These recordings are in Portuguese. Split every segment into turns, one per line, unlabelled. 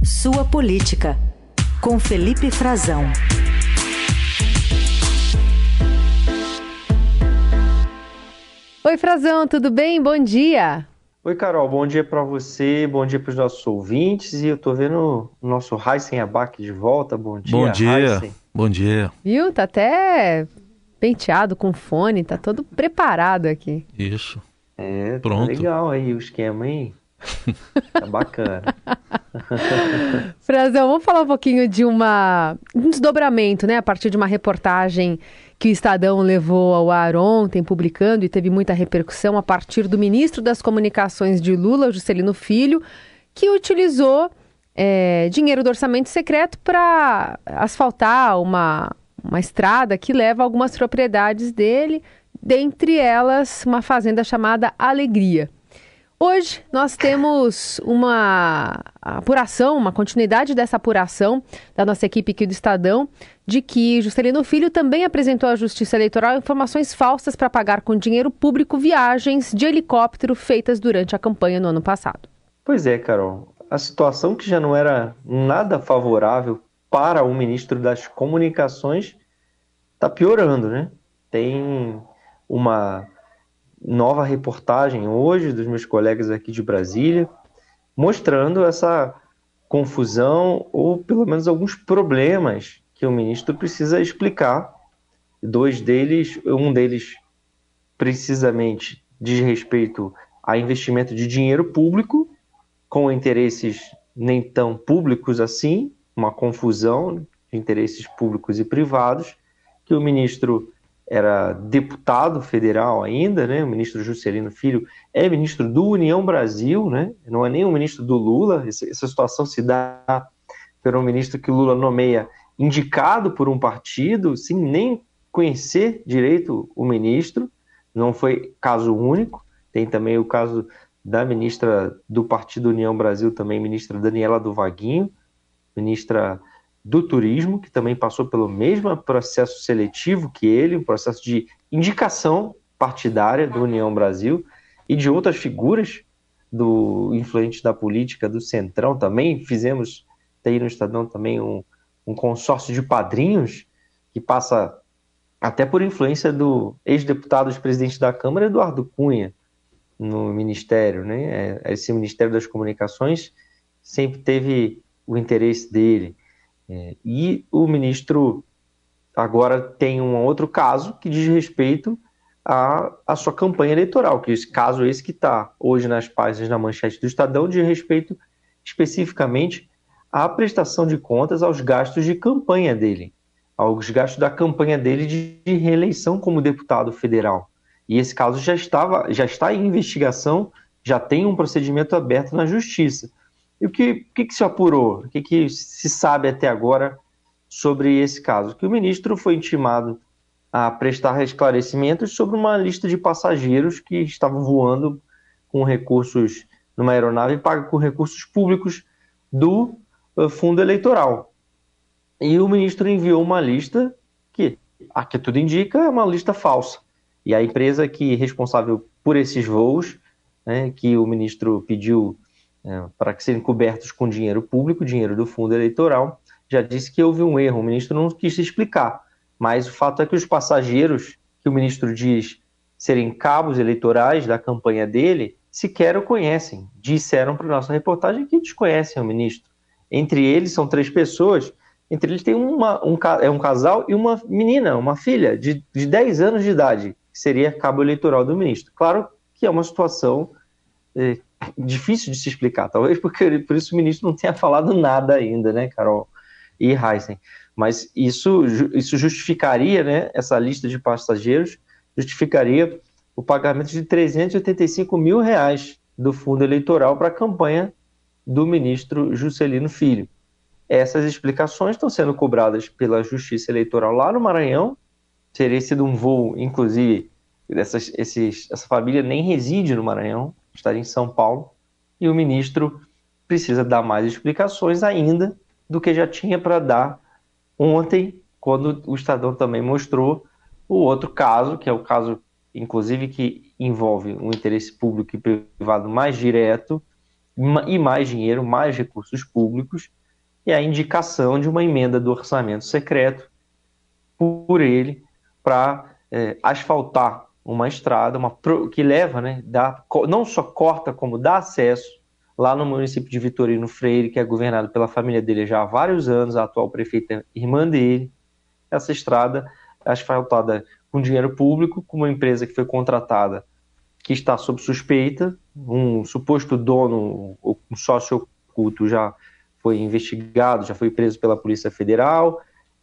Sua Política, com Felipe Frazão.
Oi, Frazão, tudo bem? Bom dia.
Oi, Carol, bom dia para você, bom dia para os nossos ouvintes. E eu tô vendo o nosso Raíssen Abac de volta. Bom dia,
Bom dia,
Raíssen.
bom dia.
Viu? Tá até penteado com fone, tá todo preparado aqui.
Isso.
Tá
Pronto.
legal aí o esquema, hein? Tá bacana.
Frazão, vamos falar um pouquinho de um desdobramento, né? A partir de uma reportagem que o Estadão levou ao ar ontem, publicando, e teve muita repercussão a partir do ministro das Comunicações de Lula, Juscelino Filho, que utilizou dinheiro do orçamento secreto para asfaltar uma estrada que leva a algumas propriedades dele, dentre elas uma fazenda chamada Alegria. Hoje nós temos uma apuração, uma continuidade dessa apuração da nossa equipe aqui do Estadão, de que Juscelino Filho também apresentou à Justiça Eleitoral informações falsas para pagar com dinheiro público viagens de helicóptero feitas durante a campanha no ano passado.
Pois é, Carol. A situação que já não era nada favorável para o ministro das Comunicações está piorando, né? Tem uma nova reportagem hoje dos meus colegas aqui de Brasília, mostrando essa confusão ou pelo menos alguns problemas que o ministro precisa explicar. Um deles precisamente diz respeito a investimento de dinheiro público com interesses nem tão públicos assim, uma confusão de interesses públicos e privados, que o ministro era deputado federal ainda, né? O ministro Juscelino Filho é ministro do União Brasil, né? Não é nem um ministro do Lula. Essa situação se dá por um ministro que o Lula nomeia indicado por um partido, sem nem conhecer direito o ministro. Não foi caso único. Tem também o caso da ministra do Partido União Brasil, também ministra Daniela do Vaguinho, ministra do Turismo, que também passou pelo mesmo processo seletivo que ele, um processo de indicação partidária do União Brasil, e de outras figuras influentes da política do Centrão também. Fizemos aí no Estadão também um consórcio de padrinhos, que passa até por influência do ex-deputado e presidente da Câmara, Eduardo Cunha, no Ministério, né? Esse Ministério das Comunicações sempre teve o interesse dele. E o ministro agora tem um outro caso que diz respeito à sua campanha eleitoral, que esse caso que está hoje nas páginas da manchete do Estadão, diz respeito especificamente à prestação de contas aos gastos de campanha dele, aos gastos da campanha dele de reeleição como deputado federal. E esse caso já está em investigação, já tem um procedimento aberto na Justiça. E o que se apurou? O que se sabe até agora sobre esse caso? Que o ministro foi intimado a prestar esclarecimentos sobre uma lista de passageiros que estavam voando com recursos numa aeronave paga com recursos públicos do fundo eleitoral. E o ministro enviou uma lista que, a que tudo indica, é uma lista falsa. E a empresa responsável por esses voos, né, que o ministro pediu para que serem cobertos com dinheiro público, dinheiro do fundo eleitoral, já disse que houve um erro. O ministro não quis se explicar, mas o fato é que os passageiros que o ministro diz serem cabos eleitorais da campanha dele, sequer o conhecem. Disseram para a nossa reportagem que desconhecem o ministro. Entre eles são 3 pessoas, entre eles tem um casal e uma menina, uma filha de 10 anos de idade, que seria cabo eleitoral do ministro. Claro que é uma situação difícil de se explicar, talvez por isso o ministro não tenha falado nada ainda, né, Carol e Raíssen? Mas isso justificaria, né, essa lista de passageiros, justificaria o pagamento de R$385 mil do fundo eleitoral para a campanha do ministro Juscelino Filho. Essas explicações estão sendo cobradas pela Justiça Eleitoral lá no Maranhão. Teria sido um voo, inclusive, essa família nem reside no Maranhão, está em São Paulo, e o ministro precisa dar mais explicações ainda do que já tinha para dar ontem, quando o Estadão também mostrou o outro caso, que é o caso, inclusive, que envolve um interesse público e privado mais direto, e mais dinheiro, mais recursos públicos, e a indicação de uma emenda do orçamento secreto por ele para asfaltar uma estrada que leva, né, não só corta, como dá acesso lá no município de Vitorino Freire, que é governado pela família dele já há vários anos, a atual prefeita é irmã dele. Essa estrada asfaltada com dinheiro público, com uma empresa que foi contratada, que está sob suspeita, um suposto dono, um sócio oculto já foi investigado, já foi preso pela Polícia Federal,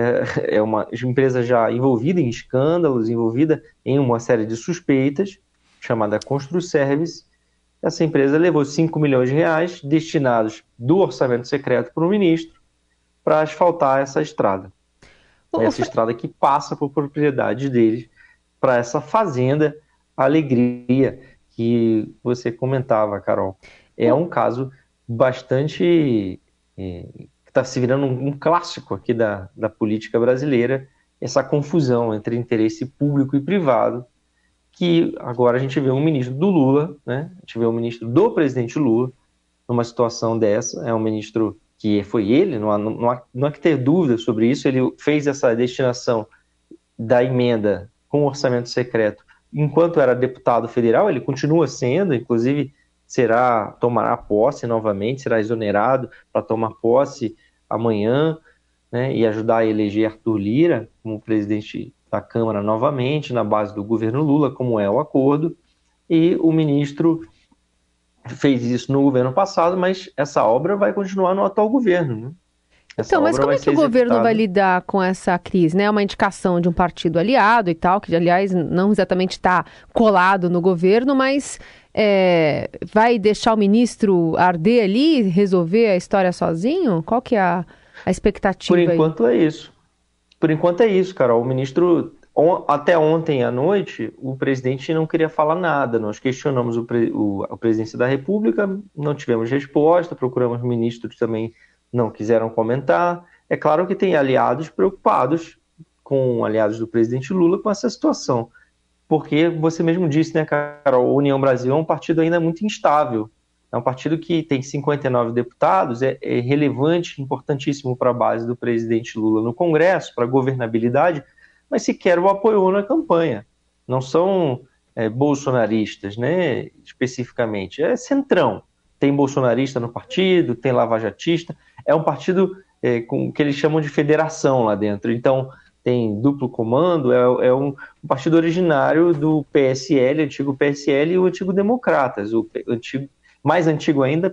é uma empresa já envolvida em escândalos, envolvida em uma série de suspeitas, chamada Construservice. Essa empresa levou 5 milhões de reais destinados do orçamento secreto para o ministro para asfaltar essa estrada. Essa estrada que passa por propriedade deles para essa fazenda Alegria, que você comentava, Carol. É um caso bastante... que está se virando um clássico aqui da política brasileira, essa confusão entre interesse público e privado, que agora a gente vê um ministro do Lula, né? A gente vê um ministro do presidente Lula numa situação dessa. É um ministro que foi ele, não há que ter dúvida sobre isso. Ele fez essa destinação da emenda com orçamento secreto enquanto era deputado federal. Ele continua sendo, inclusive tomará posse novamente, será exonerado para tomar posse amanhã, né, e ajudar a eleger Arthur Lira como presidente da Câmara novamente, na base do governo Lula, como é o acordo. E o ministro fez isso no governo passado, mas essa obra vai continuar no atual governo, né?
Então, mas como é que o governo vai lidar com essa crise, né? Uma indicação de um partido aliado e tal, que aliás não exatamente está colado no governo, mas vai deixar o ministro arder ali, resolver a história sozinho? Qual que é a expectativa
aí? Por enquanto é isso. Por enquanto é isso, Carol. O ministro, até ontem à noite, o presidente não queria falar nada. Nós questionamos a presidência da República, não tivemos resposta, procuramos ministros também, não quiseram comentar. É claro que tem aliados preocupados, aliados do presidente Lula, com essa situação. Porque você mesmo disse, né, Carol, a União Brasil é um partido ainda muito instável. É um partido que tem 59 deputados, é relevante, importantíssimo para a base do presidente Lula no Congresso, para a governabilidade, mas sequer o apoiou na campanha. Não são bolsonaristas, né, especificamente. É centrão. Tem bolsonarista no partido, tem lavajatista. É um partido com que eles chamam de federação lá dentro. Então, tem duplo comando, é um partido originário do PSL, antigo PSL, e o antigo Democratas, mais antigo ainda,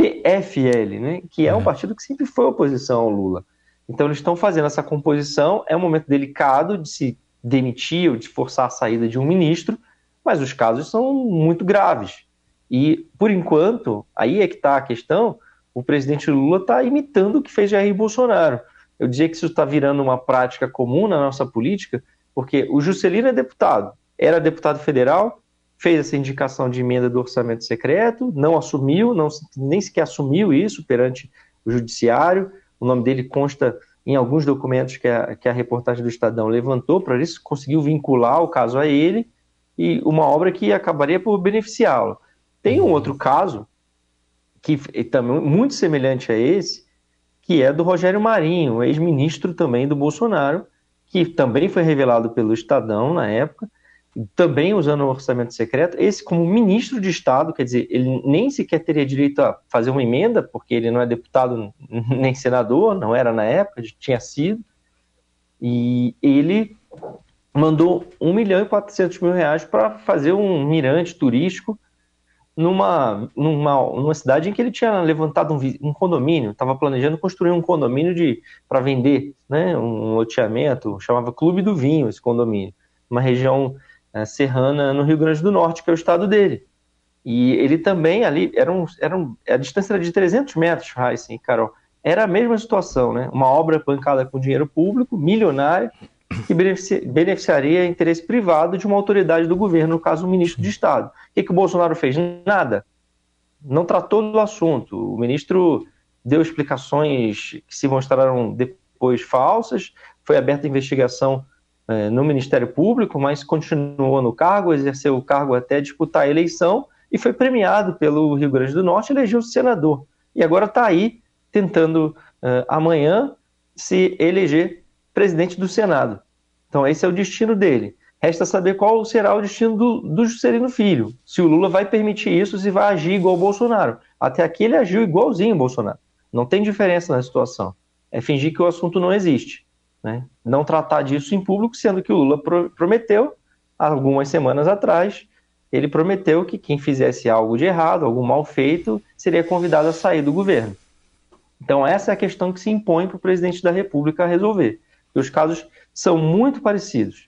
PFL, né? Que é um partido que sempre foi oposição ao Lula. Então eles estão fazendo essa composição, é um momento delicado de se demitir ou de forçar a saída de um ministro, mas os casos são muito graves. E, por enquanto, aí é que está a questão, o presidente Lula está imitando o que fez Jair Bolsonaro. Eu dizia que isso está virando uma prática comum na nossa política, porque o Juscelino é deputado, era deputado federal, fez essa indicação de emenda do orçamento secreto, não assumiu, nem sequer assumiu isso perante o judiciário. O nome dele consta em alguns documentos que a reportagem do Estadão levantou, para isso conseguiu vincular o caso a ele, e uma obra que acabaria por beneficiá-lo. Tem um outro caso, que é também muito semelhante a esse, que é do Rogério Marinho, ex-ministro também do Bolsonaro, que também foi revelado pelo Estadão na época, também usando o orçamento secreto. Esse, como ministro de Estado, quer dizer, ele nem sequer teria direito a fazer uma emenda, porque ele não é deputado nem senador, não era na época, tinha sido, e ele mandou R$1.400.000 para fazer um mirante turístico numa cidade em que ele tinha levantado um condomínio, estava planejando construir um condomínio para vender, né, um loteamento, chamava Clube do Vinho esse condomínio, uma região serrana no Rio Grande do Norte, que é o estado dele. E ele também ali, a distância era de 300 metros, Raíssa e Carol, era a mesma situação, né, uma obra bancada com dinheiro público, milionária, que beneficiaria interesse privado de uma autoridade do governo, no caso, o ministro de Estado. O que o Bolsonaro fez? Nada. Não tratou do assunto. O ministro deu explicações que se mostraram depois falsas, foi aberta a investigação no Ministério Público, mas continuou no cargo, exerceu o cargo até disputar a eleição, e foi premiado pelo Rio Grande do Norte, elegeu senador. E agora está aí tentando amanhã se eleger presidente do Senado. Então esse é o destino dele. Resta saber qual será o destino do Juscelino Filho. Se o Lula vai permitir isso, se vai agir igual o Bolsonaro. Até aqui ele agiu igualzinho o Bolsonaro. Não tem diferença na situação. É fingir que o assunto não existe, né? Não tratar disso em público, sendo que o Lula prometeu, algumas semanas atrás, ele prometeu que quem fizesse algo de errado, algum mal feito, seria convidado a sair do governo. Então essa é a questão que se impõe para o presidente da República resolver. E os casos são muito parecidos.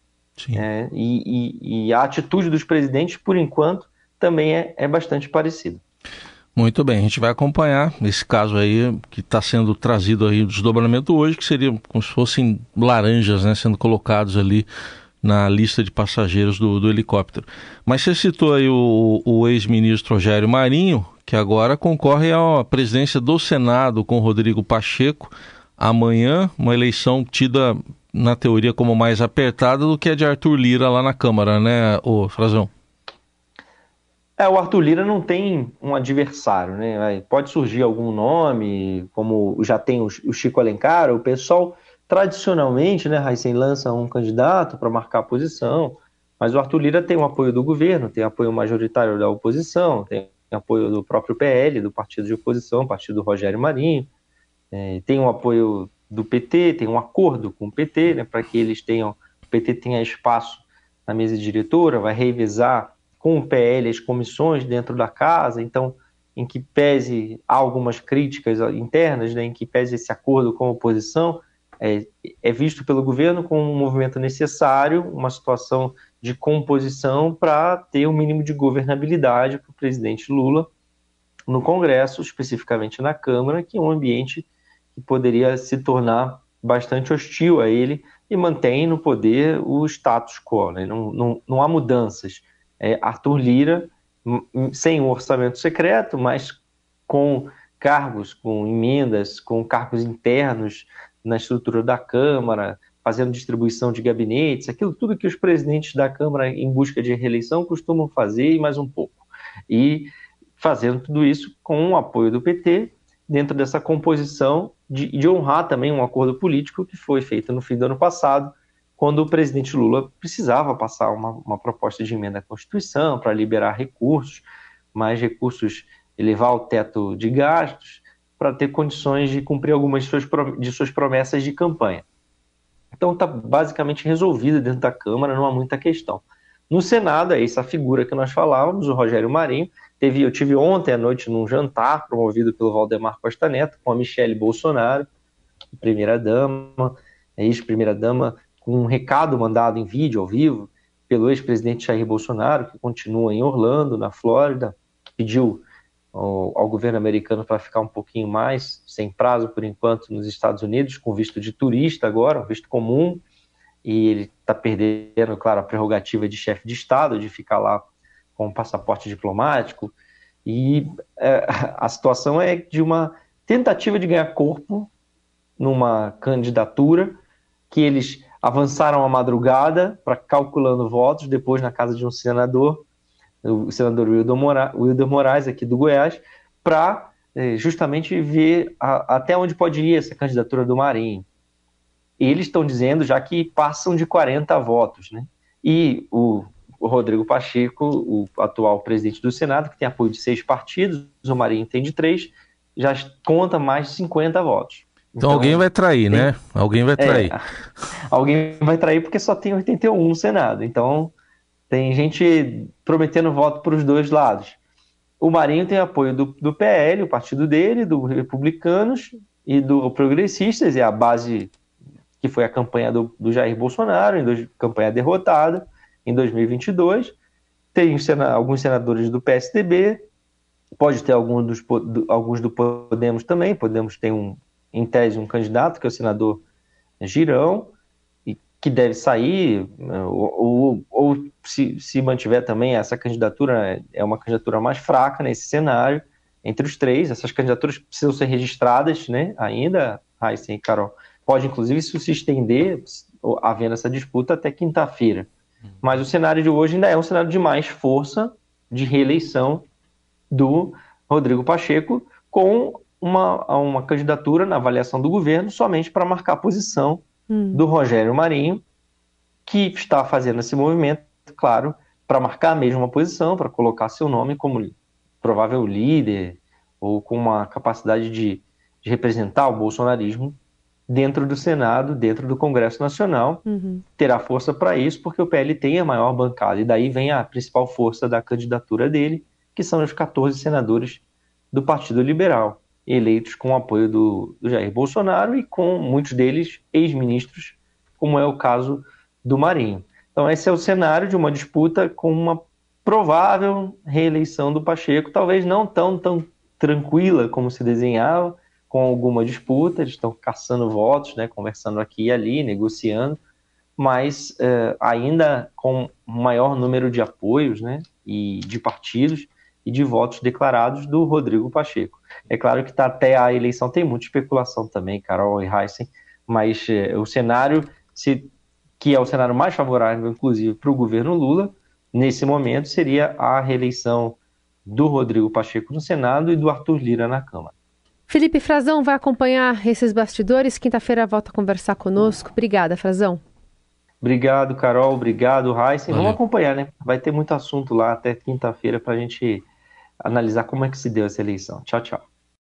E a atitude dos presidentes, por enquanto, também é bastante parecida.
Muito bem, a gente vai acompanhar esse caso aí que está sendo trazido aí, o desdobramento hoje, que seria como se fossem laranjas, né, sendo colocados ali na lista de passageiros do helicóptero. Mas você citou aí o ex-ministro Rogério Marinho, que agora concorre à presidência do Senado com Rodrigo Pacheco. Amanhã, uma eleição tida, na teoria, como mais apertada do que a de Arthur Lira lá na Câmara, né, Frazão?
O Arthur Lira não tem um adversário, né? Pode surgir algum nome, como já tem o Chico Alencar, o pessoal tradicionalmente, né, Raíssen, lança um candidato para marcar a posição, mas o Arthur Lira tem o apoio do governo, tem apoio majoritário da oposição, tem apoio do próprio PL, do partido de oposição, partido do Rogério Marinho, tem o apoio do PT, tem um acordo com o PT, né, para que o PT tenha espaço na mesa diretora, vai revisar com o PL as comissões dentro da casa, então, em que pese algumas críticas internas, né, em que pese esse acordo com a oposição, é visto pelo governo como um movimento necessário, uma situação de composição para ter um mínimo de governabilidade para o presidente Lula no Congresso, especificamente na Câmara, que é um ambiente que poderia se tornar bastante hostil a ele e mantém no poder o status quo, né? Não há mudanças. Arthur Lira, sem um orçamento secreto, mas com cargos, com emendas, com cargos internos na estrutura da Câmara, fazendo distribuição de gabinetes, aquilo tudo que os presidentes da Câmara em busca de reeleição costumam fazer e mais um pouco. E fazendo tudo isso com o apoio do PT, dentro dessa composição de honrar também um acordo político que foi feito no fim do ano passado, quando o presidente Lula precisava passar uma proposta de emenda à Constituição para liberar recursos, mais recursos, elevar o teto de gastos, para ter condições de cumprir algumas de suas promessas de campanha. Então está basicamente resolvida dentro da Câmara, não há muita questão. No Senado, é essa figura que nós falávamos, o Rogério Marinho. Eu tive ontem à noite num jantar promovido pelo Valdemar Costa Neto com a Michele Bolsonaro, primeira-dama, ex-primeira-dama, com um recado mandado em vídeo, ao vivo, pelo ex-presidente Jair Bolsonaro, que continua em Orlando, na Flórida, pediu ao governo americano para ficar um pouquinho mais, sem prazo por enquanto, nos Estados Unidos, com visto de turista agora, um visto comum, e ele está perdendo, claro, a prerrogativa de chefe de Estado, de ficar lá com um passaporte diplomático, e a situação é de uma tentativa de ganhar corpo numa candidatura que eles avançaram à madrugada para calculando votos, depois na casa de um senador, o senador Wilder Moraes, aqui do Goiás, para justamente ver até onde pode ir essa candidatura do Marinho. Eles estão dizendo já que passam de 40 votos, né? E o Rodrigo Pacheco, o atual presidente do Senado, que tem apoio de 6 partidos, o Marinho tem de 3, já conta mais de 50 votos.
Então alguém vai trair, né? Alguém vai trair.
Alguém vai trair porque só tem 81 no Senado. Então tem gente prometendo voto para os dois lados. O Marinho tem apoio do PL, o partido dele, do Republicanos e do Progressistas, é a base que foi a campanha do Jair Bolsonaro, campanha derrotada em 2022. Tem alguns senadores do PSDB, pode ter alguns do Podemos também. Podemos tem em tese um candidato, que é o senador Girão, que deve sair, ou se mantiver também essa candidatura, é uma candidatura mais fraca nesse cenário, entre os três. Essas candidaturas precisam ser registradas, né, ainda, Raíssen e Carol. Pode, inclusive, isso se estender, havendo essa disputa, até quinta-feira. Mas o cenário de hoje ainda é um cenário de mais força, de reeleição do Rodrigo Pacheco, com uma candidatura na avaliação do governo somente para marcar a posição do Rogério Marinho, que está fazendo esse movimento, claro, para marcar a mesma posição, para colocar seu nome como provável líder ou com uma capacidade de representar o bolsonarismo dentro do Senado, dentro do Congresso Nacional. Terá força para isso, porque o PL tem a maior bancada, e daí vem a principal força da candidatura dele, que são os 14 senadores do Partido Liberal, eleitos com o apoio do Jair Bolsonaro e com muitos deles ex-ministros, como é o caso do Marinho. Então esse é o cenário de uma disputa com uma provável reeleição do Pacheco, talvez não tão tranquila como se desenhava, com alguma disputa, eles estão caçando votos, né, conversando aqui e ali, negociando, mas ainda com maior número de apoios, né, e de partidos e de votos declarados do Rodrigo Pacheco. É claro que até a eleição tem muita especulação também, Carol e Heisen, mas o cenário, que é o cenário mais favorável, inclusive, para o governo Lula, nesse momento, seria a reeleição do Rodrigo Pacheco no Senado e do Arthur Lira na Câmara.
Felipe Frazão vai acompanhar esses bastidores. Quinta-feira volta a conversar conosco. Obrigada, Frazão.
Obrigado, Carol. Obrigado, Heisen. Vamos acompanhar, né? Vai ter muito assunto lá até quinta-feira para a gente analisar como é que se deu essa eleição. Tchau, tchau.